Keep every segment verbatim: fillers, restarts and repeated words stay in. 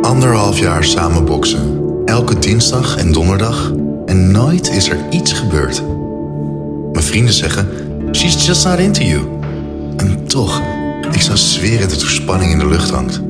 anderhalf jaar samen boksen. Elke dinsdag en donderdag. En nooit is er iets gebeurd. Mijn vrienden zeggen, she's just not into you. En toch, ik zou zweren dat er spanning in de lucht hangt.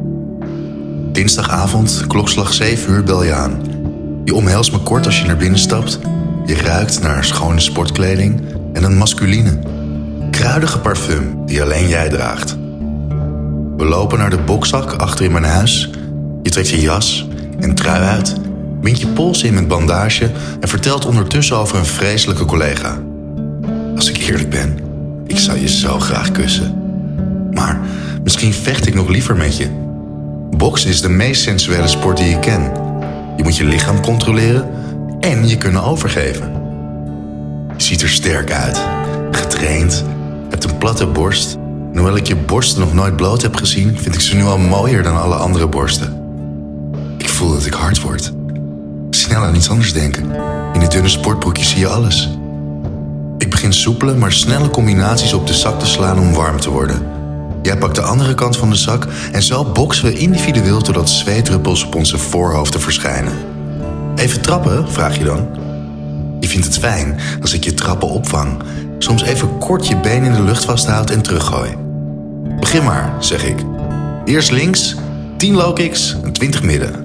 Dinsdagavond, klokslag zeven uur, bel je aan. Je omhelst me kort als je naar binnen stapt. Je ruikt naar schone sportkleding en een masculine, kruidige parfum die alleen jij draagt. We lopen naar de bokzak achter in mijn huis. Je trekt je jas en trui uit, bindt je pols in met bandage en vertelt ondertussen over een vreselijke collega. Als ik eerlijk ben, ik zou je zo graag kussen. Maar misschien vecht ik nog liever met je. Boksen is de meest sensuele sport die ik ken. Je moet je lichaam controleren en je kunnen overgeven. Je ziet er sterk uit, getraind, hebt een platte borst. En hoewel ik je borsten nog nooit bloot heb gezien, vind ik ze nu al mooier dan alle andere borsten. Ik voel dat ik hard word. Snel aan iets anders denken. In het dunne sportbroekje zie je alles. Ik begin soepele, maar snelle combinaties op de zak te slaan om warm te worden. Jij pakt de andere kant van de zak en zo boksen we individueel totdat zweetdruppels op onze voorhoofden verschijnen. Even trappen, vraag je dan. Je vindt het fijn als ik je trappen opvang. Soms even kort je been in de lucht vasthoud en teruggooi. Begin maar, zeg ik. Eerst links, tien low kicks en twintig midden.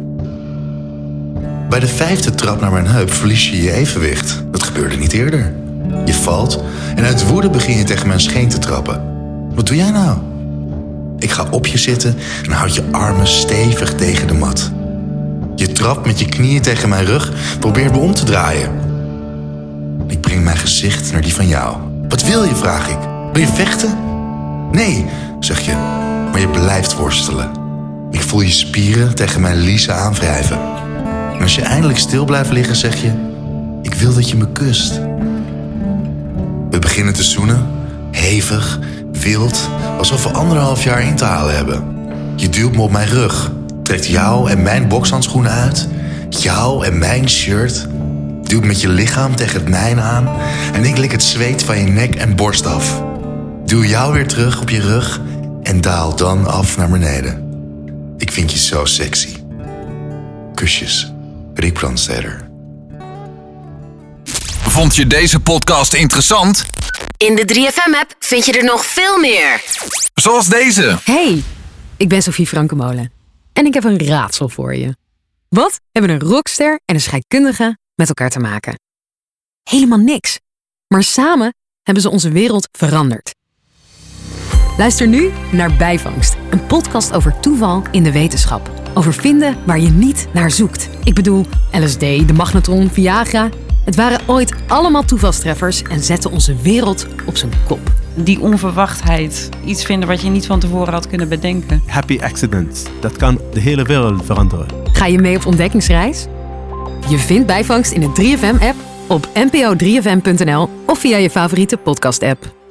Bij de vijfde trap naar mijn heup verlies je je evenwicht. Dat gebeurde niet eerder. Je valt en uit woede begin je tegen mijn scheen te trappen. Wat doe jij nou? Ik ga op je zitten en houd je armen stevig tegen de mat. Je trapt met je knieën tegen mijn rug, probeert me om te draaien. Ik breng mijn gezicht naar die van jou. Wat wil je, vraag ik. Wil je vechten? Nee, zeg je, maar je blijft worstelen. Ik voel je spieren tegen mijn liezen aanwrijven. En als je eindelijk stil blijft liggen, zeg je, ik wil dat je me kust. We beginnen te zoenen, hevig, wild, alsof we anderhalf jaar in te halen hebben. Je duwt me op mijn rug, trekt jou en mijn bokshandschoenen uit, jou en mijn shirt, duwt met je lichaam tegen het mijne aan en ik lik het zweet van je nek en borst af. Duw jou weer terug op je rug en daal dan af naar beneden. Ik vind je zo sexy. Kusjes, Rick Brandsteder. Vond je deze podcast interessant? In de drie F M-app vind je er nog veel meer. Zoals deze. Hey, ik ben Sophie Frankemolen en ik heb een raadsel voor je. Wat hebben een rockster en een scheikundige met elkaar te maken? Helemaal niks. Maar samen hebben ze onze wereld veranderd. Luister nu naar Bijvangst, een podcast over toeval in de wetenschap. Over vinden waar je niet naar zoekt. Ik bedoel, L S D, de magnetron, Viagra. Het waren ooit allemaal toevalstreffers en zetten onze wereld op zijn kop. Die onverwachtheid, iets vinden wat je niet van tevoren had kunnen bedenken. Happy accidents, dat kan de hele wereld veranderen. Ga je mee op ontdekkingsreis? Je vindt Bijvangst in de drie F M-app, op n p o drie f m punt n l of via je favoriete podcast-app.